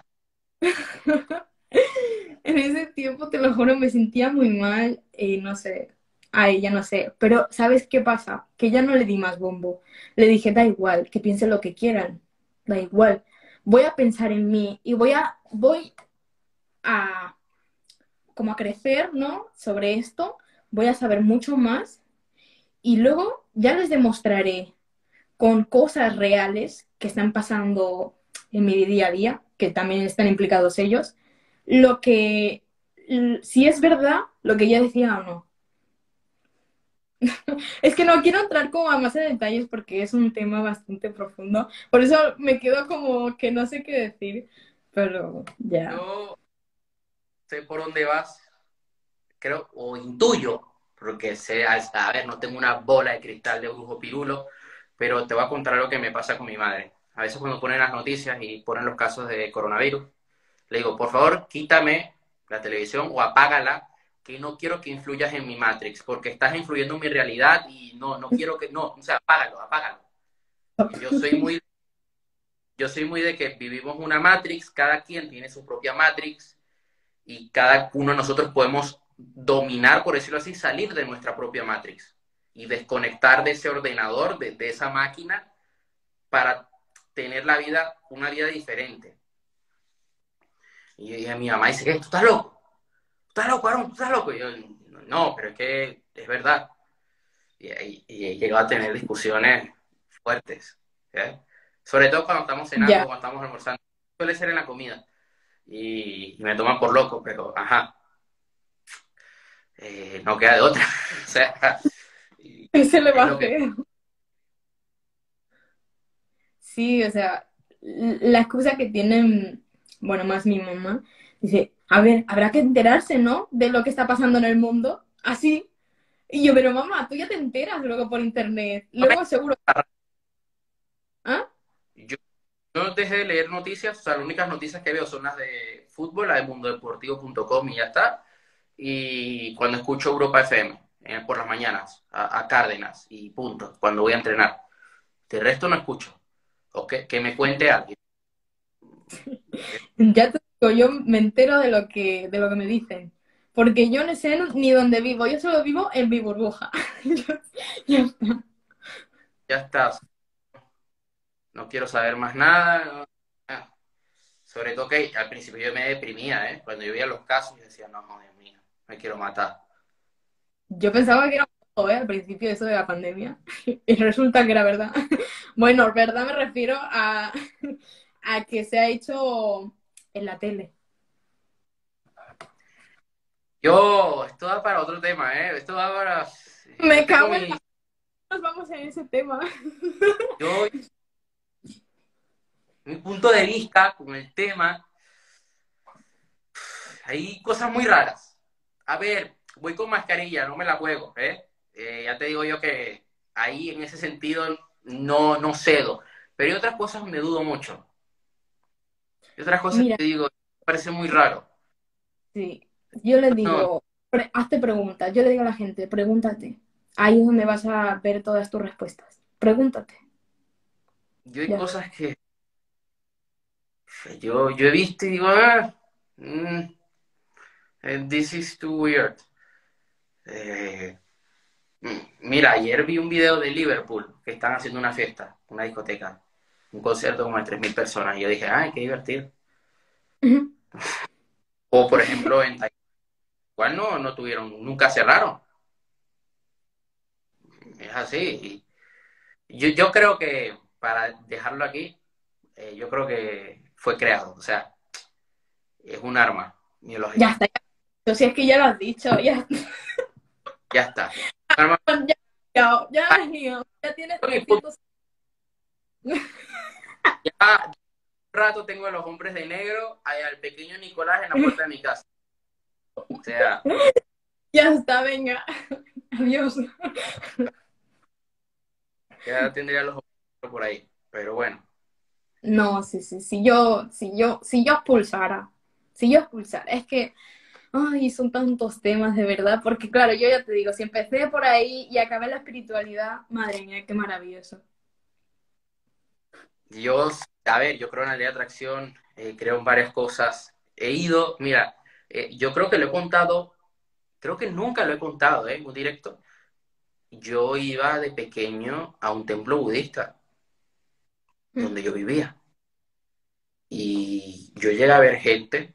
en ese tiempo, te lo juro, me sentía muy mal y no sé, a ella no sé. Pero, ¿sabes qué pasa? Que ya no le di más bombo. Le dije, da igual, que piensen lo que quieran, da igual. Voy a pensar en mí y voy a, voy a, como a crecer, ¿no? Sobre esto, voy a saber mucho más y luego ya les demostraré con cosas reales que están pasando en mi día a día, que también están implicados ellos, lo que, si es verdad, lo que ella decía o no. Es que no quiero entrar como a más en detalles porque es un tema bastante profundo, por eso me quedo como que no sé qué decir, pero ya. Yo sé por dónde vas, creo, o intuyo, porque sé, a, a ver, no tengo una bola de cristal de brujo pirulo, pero te voy a contar lo que me pasa con mi madre. A veces cuando ponen las noticias y ponen los casos de coronavirus, le digo, por favor, quítame la televisión o apágala, que no quiero que influyas en mi Matrix, porque estás influyendo en mi realidad y no, no quiero que, no, o sea, apágalo, apágalo. Yo soy muy, yo soy muy de que vivimos una Matrix, cada quien tiene su propia Matrix y cada uno de nosotros podemos dominar, por decirlo así, salir de nuestra propia Matrix y desconectar de ese ordenador, de, de esa máquina, para tener la vida, una vida diferente. Y yo dije a mi mamá, dice, ¿qué? ¿Tú estás loco? ¿Tú estás loco, Aaron? ¿Tú estás loco? Y yo, no, pero es que es verdad. Y, y, y he llegado a tener discusiones fuertes, ¿eh? Sobre todo cuando estamos cenando, Ya. cuando estamos almorzando. Suele ser en la comida. Y, y me toman por loco, pero ajá, eh, no queda de otra. O sea, ¿Qué se le va es a lo que... hacer? Sí, o sea, la excusa que tienen, bueno, más mi mamá, dice, a ver, habrá que enterarse, ¿no? De lo que está pasando en el mundo. Así. Y yo, pero mamá, tú ya te enteras luego por internet. No me... Luego seguro. ¿Ah? Yo, yo dejé de leer noticias, o sea, las únicas noticias que veo son las de fútbol, las de mundodeportivo punto com y ya está. Y cuando escucho Europa F M, eh, por las mañanas, a, a Cárdenas y punto, cuando voy a entrenar. De resto no escucho. O que, que me cuente alguien. Ya te digo, yo me entero de lo que, de lo que me dicen. Porque yo no sé ni dónde vivo, yo solo vivo en mi burbuja. Ya está. Ya está, no quiero saber más nada. No. Ah, sobre todo que al principio yo me deprimía, ¿eh? Cuando yo veía los casos, yo decía, no, Dios mío, me quiero matar. Yo pensaba que era un juego, ¿eh? Al principio de eso de la pandemia. Y resulta que era verdad. Bueno, verdad me refiero a, a que se ha hecho en la tele. Yo, esto da para otro tema, ¿eh? Esto da para... Yo Me tengo cago en mi... la... Nos vamos en ese tema. Yo, mi punto de vista con el tema, hay cosas muy raras. A ver, voy con mascarilla, no me la juego, ¿eh? Eh, ya te digo yo que ahí en ese sentido no, no cedo. Pero hay otras cosas donde dudo mucho. Hay otras cosas Mira, que digo, me parece muy raro. sí, yo le No, digo, pre- hazte preguntas. Yo le digo a la gente, pregúntate. Ahí es donde vas a ver todas tus respuestas. Pregúntate. yo hay Ya. cosas que yo, yo he visto y digo, ah, mm, this is too weird. Eh, mm, mira, ayer vi un video de Liverpool que están haciendo una fiesta, una discoteca, un concierto como de tres mil personas. Y yo dije, ay, qué divertido. Ujú. O por ejemplo, en Taiwán no, no tuvieron, nunca cerraron. Es así. Y yo, yo creo que, para dejarlo aquí, eh, yo creo que fue creado. O sea, es un arma Ya biológica. está. Yo si es que ya lo has dicho, ya, Ya está. Normal, ya, ya, ya has liado, ya tienes mi punto. trescientos. Ya un rato tengo a los hombres de negro, al pequeño Nicolás en la puerta de mi casa. O sea, Ya está, venga, adiós. ya tendría los hombres por ahí. Pero bueno, No, sí, sí, si yo, si yo, si yo expulsara, si yo expulsara, es que, ay, son tantos temas de verdad, porque claro, yo ya te digo, si empecé por ahí y acabé en la espiritualidad, madre mía, qué maravilloso. yo, a ver, yo creo en la ley de atracción, eh, creo en varias cosas. He ido, mira, eh, yo creo que lo he contado, creo que nunca lo he contado, ¿eh? En un directo. Yo iba de pequeño a un templo budista Mm. donde yo vivía. Y yo llegué a ver gente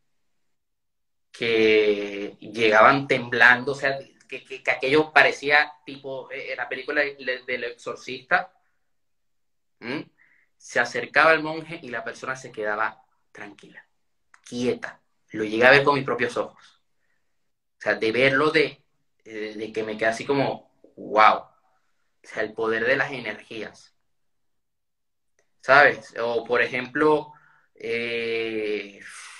que llegaban temblando, o sea, que, que, que aquello parecía tipo eh, la película del exorcista. ¿m? Se acercaba el monje y la persona se quedaba tranquila, quieta. Lo llegué a ver con mis propios ojos. O sea, de verlo, de, de, de que me quedé así como, wow. O sea, el poder de las energías, ¿sabes? O por ejemplo, eh,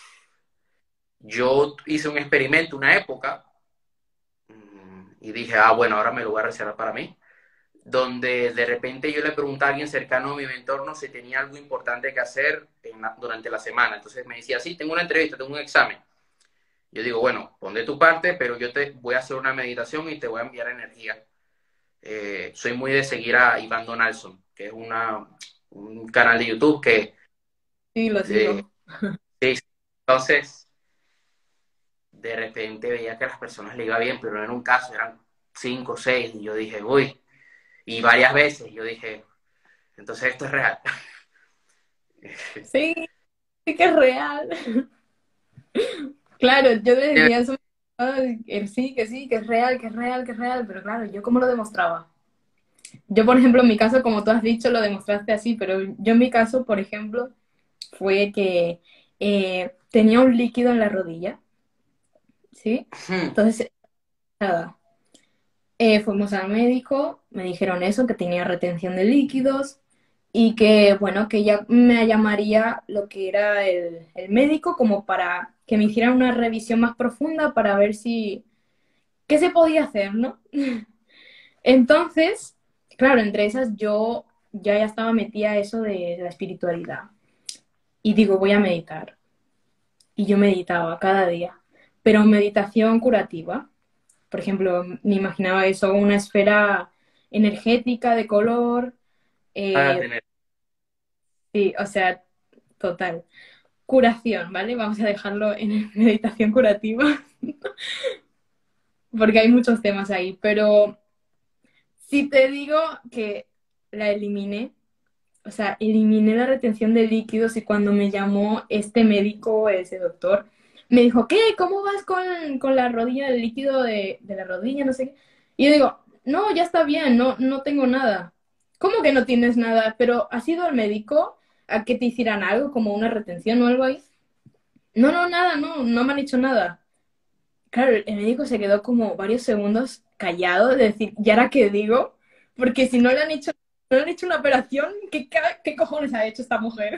yo hice un experimento una época mm, y dije, ah, bueno, ahora me lo voy a reservar para mí, donde de repente yo le preguntaba a alguien cercano a mi entorno si tenía algo importante que hacer en la, durante la semana. Entonces me decía, sí, tengo una entrevista, tengo un examen. Yo digo, bueno, pon de tu parte, pero yo te voy a hacer una meditación y te voy a enviar energía. Eh, soy muy de seguir a Iván Donaldson, que es una, un canal de YouTube que... Sí, lo Eh, sigo. sí, entonces, de repente veía que a las personas le iba bien, pero no era un caso, eran cinco o seis, y yo dije, uy, y varias veces, yo dije, entonces esto es real. Sí, sí que es real. Claro, yo le decía eso, ay, él sí, que sí, que es real, que es real, que es real, pero claro, ¿yo cómo lo demostraba? Yo, por ejemplo, en mi caso, como tú has dicho, lo demostraste así, pero yo en mi caso, por ejemplo, fue que eh, tenía un líquido en la rodilla, ¿sí? Entonces, nada, eh, fuimos al médico, me dijeron eso, que tenía retención de líquidos y que, bueno, que ya me llamaría lo que era el, el médico como para que me hicieran una revisión más profunda para ver si, qué se podía hacer, ¿no? Entonces, claro, entre esas yo ya, ya estaba metida a eso de la espiritualidad. Y digo, voy a meditar. Y yo meditaba cada día, pero meditación curativa. Por ejemplo, me imaginaba eso, una esfera energética de color. A eh, tener. sí, o sea, total. Curación, ¿vale? Vamos a dejarlo en meditación curativa, porque hay muchos temas ahí. Pero si te digo que la eliminé, o sea, eliminé la retención de líquidos y cuando me llamó este médico, ese doctor, me dijo, ¿qué? ¿Cómo vas con, con la rodilla, el líquido de, de la rodilla? No sé qué. Y yo digo, no, ya está bien, no, no tengo nada. ¿Cómo que no tienes nada? ¿Pero has ido al médico a que te hicieran algo, como una retención o algo ahí? No, no, nada, no, no me han hecho nada. Claro, el médico se quedó como varios segundos callado, de decir, ¿y ahora qué digo? Porque si no le han hecho, no le han hecho una operación, ¿qué, qué, qué cojones ha hecho esta mujer?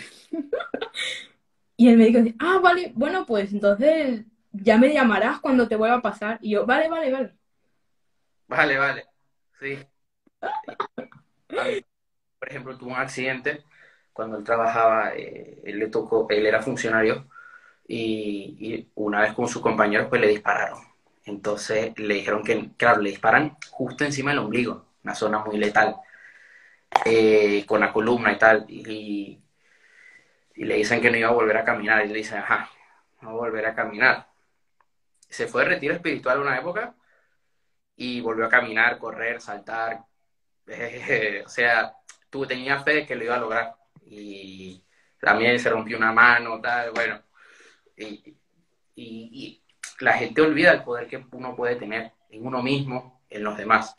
Y el médico dice, ah, vale, bueno, pues entonces ya me llamarás cuando te vuelva a pasar. Y yo, vale, vale, vale. Vale, vale. Sí. A mí, por ejemplo, tuvo un accidente cuando él trabajaba, eh, él le tocó, él era funcionario y, y una vez con sus compañeros pues le dispararon. Entonces le dijeron que, claro, le disparan justo encima del ombligo, una zona muy letal, eh, con la columna y tal, y, y le dicen que no iba a volver a caminar, y le dicen, ajá, no voy a volver a caminar. Se fue de retiro espiritual una época y volvió a caminar, correr, saltar, eh, o sea, tú tenías fe de que lo iba a lograr, y también se rompió una mano, tal, bueno, y, y, y la gente olvida el poder que uno puede tener en uno mismo, en los demás.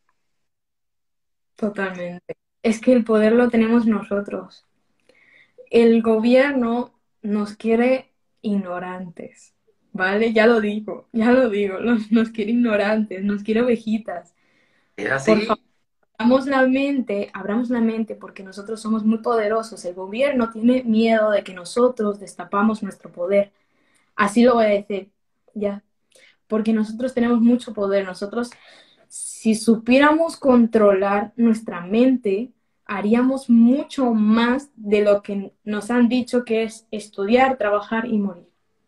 Totalmente. Es que el poder lo tenemos nosotros. El gobierno nos quiere ignorantes, ¿vale? Ya lo digo, ya lo digo, nos, nos quiere ignorantes, nos quiere ovejitas. Es Por favor, así. abramos la mente, abramos la mente porque nosotros somos muy poderosos. El gobierno tiene miedo de que nosotros destapamos nuestro poder. Así lo voy a decir, ya. Porque nosotros tenemos mucho poder. Nosotros, si supiéramos controlar nuestra mente, haríamos mucho más de lo que nos han dicho que es estudiar, trabajar y morir.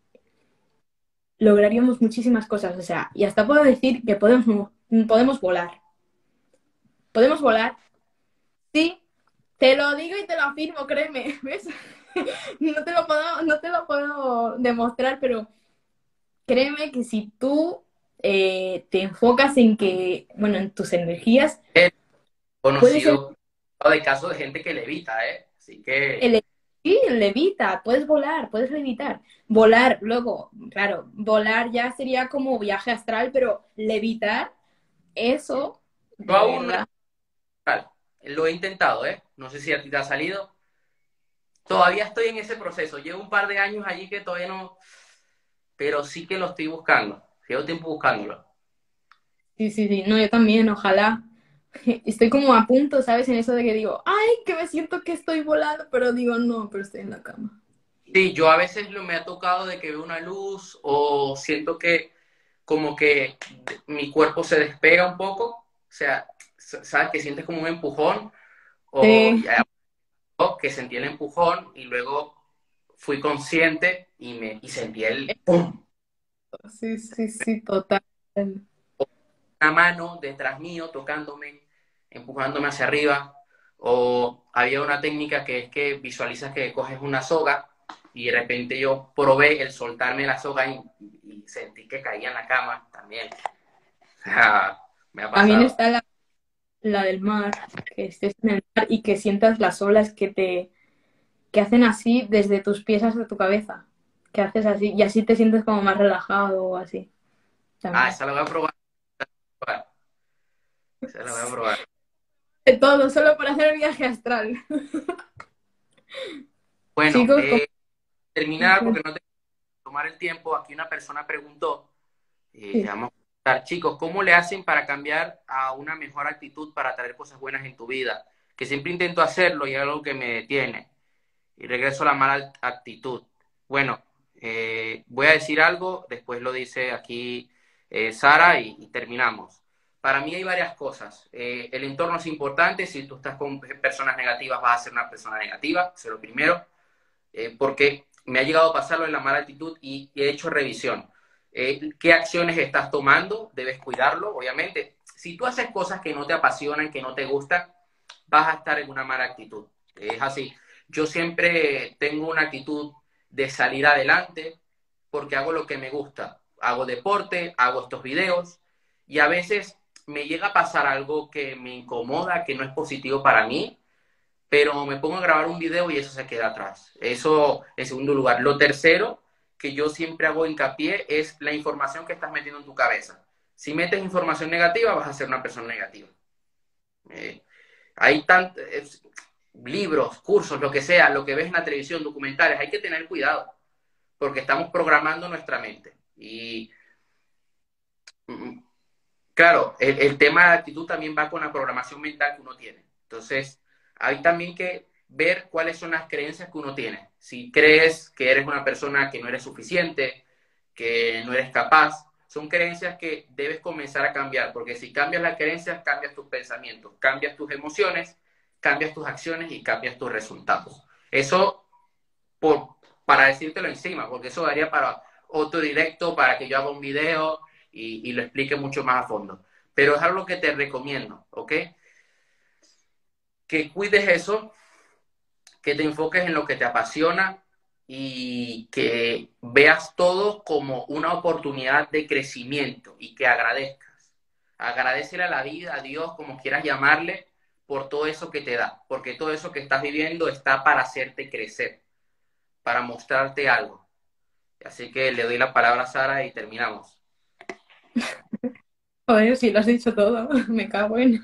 Lograríamos muchísimas cosas, o sea, y hasta puedo decir que podemos, podemos volar. Podemos volar, sí, te lo digo y te lo afirmo, créeme, ¿ves? No te lo puedo, no te lo puedo demostrar, pero créeme que si tú eh, te enfocas en que, bueno, en tus energías, He puedes conocido de casos de gente que levita, ¿eh? Así que, ele- sí, levita, puedes volar, puedes levitar. Volar, luego, claro, volar ya sería como viaje astral, pero levitar, eso, yo de aún no verdad. he- lo he intentado, ¿eh? No sé si a ti te ha salido. Todavía estoy en ese proceso. Llevo un par de años allí que todavía no, pero sí que lo estoy buscando. Llevo tiempo buscándolo. Sí, sí, sí, no, yo también, ojalá. Estoy como a punto, ¿sabes? En eso de que digo, ay, que me siento que estoy volando, pero digo, no, pero estoy en la cama. Sí, yo a veces lo, me ha tocado de que veo una luz o siento que como que mi cuerpo se despega un poco. O sea, sabes que sientes como un empujón o Sí, ya, que sentí el empujón y luego fui consciente y, me, y sentí el ¡pum! sí, sí, sí, total. Una mano detrás mío tocándome, empujándome hacia arriba. O había una técnica que es que visualizas que coges una soga y de repente yo probé el soltarme la soga y, y sentí que caía en la cama también. Me ha También pasado. está la, la del mar, que estés en el mar y que sientas las olas que te, que hacen así desde tus pies hasta tu cabeza, que haces así, y así te sientes como más relajado o así, Ah, también. esa la voy a probar. Esa la voy a probar. De todo, solo para hacer el viaje astral. Bueno, Chicos, como... eh, terminar porque no te tomar el tiempo. Aquí una persona preguntó, eh, le Sí. vamos a preguntar, chicos, ¿cómo le hacen para cambiar a una mejor actitud para traer cosas buenas en tu vida? Que siempre intento hacerlo y es algo que me detiene. Y regreso a la mala actitud. Bueno, eh, voy a decir algo, después lo dice aquí eh, Sara y, y, terminamos. Para mí hay varias cosas. Eh, el entorno es importante. Si tú estás con personas negativas, vas a ser una persona negativa, eso es lo primero. Eh, porque me ha llegado a pasarlo en la mala actitud y, y he hecho revisión. Eh, ¿Qué acciones estás tomando? Debes cuidarlo, obviamente. Si tú haces cosas que no te apasionan, que no te gustan, vas a estar en una mala actitud. Es así. Yo siempre tengo una actitud de salir adelante porque hago lo que me gusta. Hago deporte, hago estos videos y a veces me llega a pasar algo que me incomoda, que no es positivo para mí, pero me pongo a grabar un video y eso se queda atrás. Eso en segundo lugar. Lo tercero que yo siempre hago hincapié es la información que estás metiendo en tu cabeza. Si metes información negativa, vas a ser una persona negativa. Eh, hay tantos eh, libros, cursos, lo que sea, lo que ves en la televisión, documentales, hay que tener cuidado, porque estamos programando nuestra mente. Y mm, claro, el, el tema de la actitud también va con la programación mental que uno tiene. Entonces, hay también que ver cuáles son las creencias que uno tiene. Si crees que eres una persona que no eres suficiente, que no eres capaz, son creencias que debes comenzar a cambiar, porque si cambias las creencias, cambias tus pensamientos, cambias tus emociones, cambias tus acciones y cambias tus resultados. Eso por, para decírtelo encima, porque eso daría para otro directo, para que yo haga un video y, y lo explique mucho más a fondo. Pero es algo que te recomiendo, ¿ok? Que cuides eso, que te enfoques en lo que te apasiona y que veas todo como una oportunidad de crecimiento y que agradezcas. Agradecer a la vida, a Dios, como quieras llamarle, por todo eso que te da, porque todo eso que estás viviendo está para hacerte crecer, para mostrarte algo. Así que le doy la palabra a Sara y terminamos. Joder, sí, lo has dicho todo, me cago en...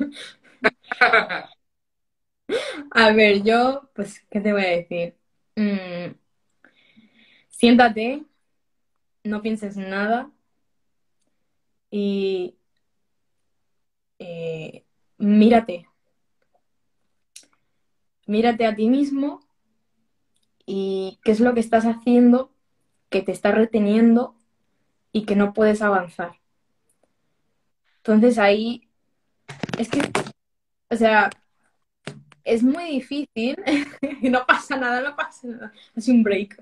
A ver, yo, pues, ¿qué te voy a decir? Mm, siéntate, no pienses nada y eh, mírate, mírate a ti mismo y qué es lo que estás haciendo que te está reteniendo y que no puedes avanzar. Entonces ahí, es que, o sea, es muy difícil, no pasa nada, no pasa nada, es un break.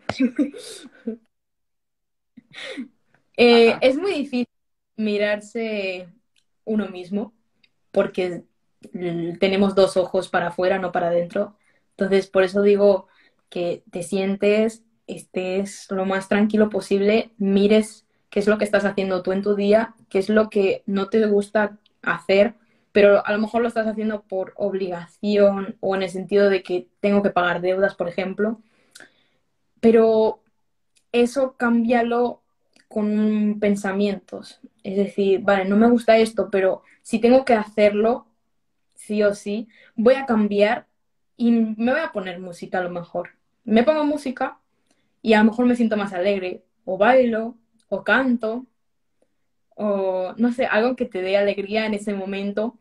Eh, Ajá. es muy difícil mirarse uno mismo porque mm, tenemos dos ojos para afuera, no para adentro. Entonces, por eso digo que te sientes, estés lo más tranquilo posible, mires qué es lo que estás haciendo tú en tu día, qué es lo que no te gusta hacer, pero a lo mejor lo estás haciendo por obligación o en el sentido de que tengo que pagar deudas, por ejemplo. Pero eso cámbialo con pensamientos. Es decir, vale, no me gusta esto, pero si tengo que hacerlo, sí o sí, voy a cambiar y me voy a poner música a lo mejor. Me pongo música y a lo mejor me siento más alegre, o bailo, o canto, o no sé, algo que te dé alegría en ese momento.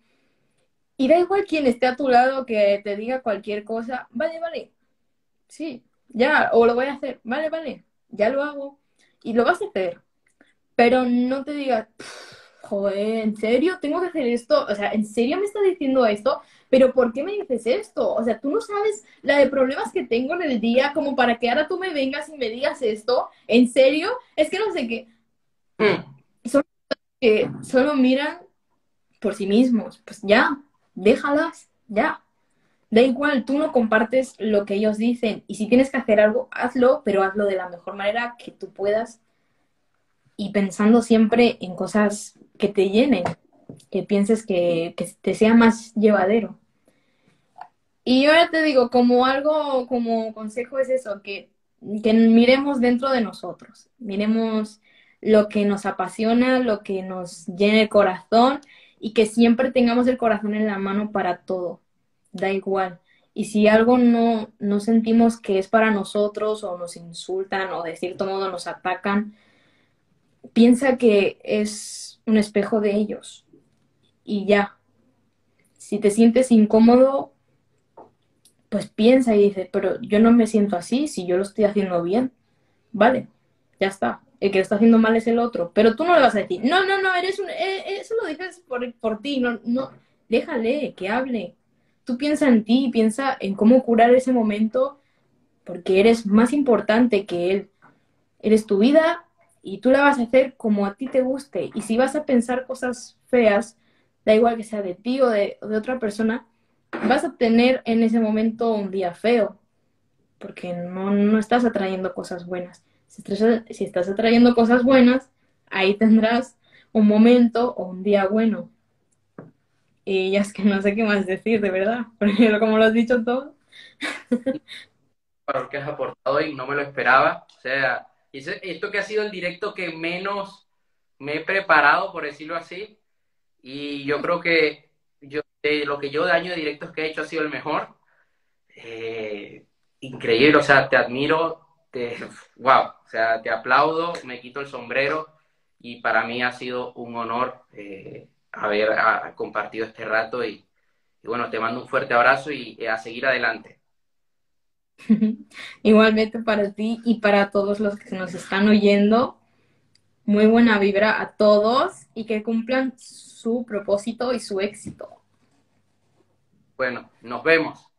Y da igual quién esté a tu lado que te diga cualquier cosa, vale, vale, sí, ya, o lo voy a hacer, vale, vale, ya lo hago. Y lo vas a hacer, pero no te digas, joder, ¿en serio tengo que hacer esto? O sea, ¿en serio me estás diciendo esto? ¿Pero por qué me dices esto? O sea, tú no sabes la de problemas que tengo en el día como para que ahora tú me vengas y me digas esto. ¿En serio? Es que no sé qué. Mm. Son que solo miran por sí mismos. Pues ya, déjalas, ya. Da igual, tú no compartes lo que ellos dicen y si tienes que hacer algo, hazlo, pero hazlo de la mejor manera que tú puedas y pensando siempre en cosas que te llenen, que pienses que, que te sea más llevadero. Y yo ahora te digo, como algo, como consejo es eso, que, que miremos dentro de nosotros, miremos lo que nos apasiona, lo que nos llena el corazón y que siempre tengamos el corazón en la mano para todo, da igual. Y si algo no, no sentimos que es para nosotros o nos insultan o de cierto modo nos atacan, piensa que es un espejo de ellos y ya. Si te sientes incómodo, pues piensa y dice, pero yo no me siento así, si yo lo estoy haciendo bien, vale, ya está. El que lo está haciendo mal es el otro, pero tú no le vas a decir, no, no, no, eres un, eh, eso lo dices por, por ti, no, no, déjale que hable. Tú piensa en ti, piensa en cómo curar ese momento, porque eres más importante que él. Eres tu vida y tú la vas a hacer como a ti te guste. Y si vas a pensar cosas feas, da igual que sea de ti o de, o de otra persona, vas a tener en ese momento un día feo, porque no, no estás atrayendo cosas buenas. Si estás, si estás atrayendo cosas buenas, ahí tendrás un momento o un día bueno. Y ya es que no sé qué más decir, de verdad, porque como lo has dicho todo. Valor que has aportado y no me lo esperaba. O sea, ese- esto que ha sido el directo que menos me he preparado, por decirlo así, y yo creo que yo, de lo que yo de año de directos que he hecho ha sido el mejor. Eh, increíble, o sea, te admiro, te, wow, o sea, te aplaudo, me quito el sombrero y para mí ha sido un honor eh, haber a, compartido este rato y, y bueno, te mando un fuerte abrazo y, y a seguir adelante. Igualmente para ti y para todos los que nos están oyendo. Muy buena vibra a todos y que cumplan su propósito y su éxito. Bueno, nos vemos.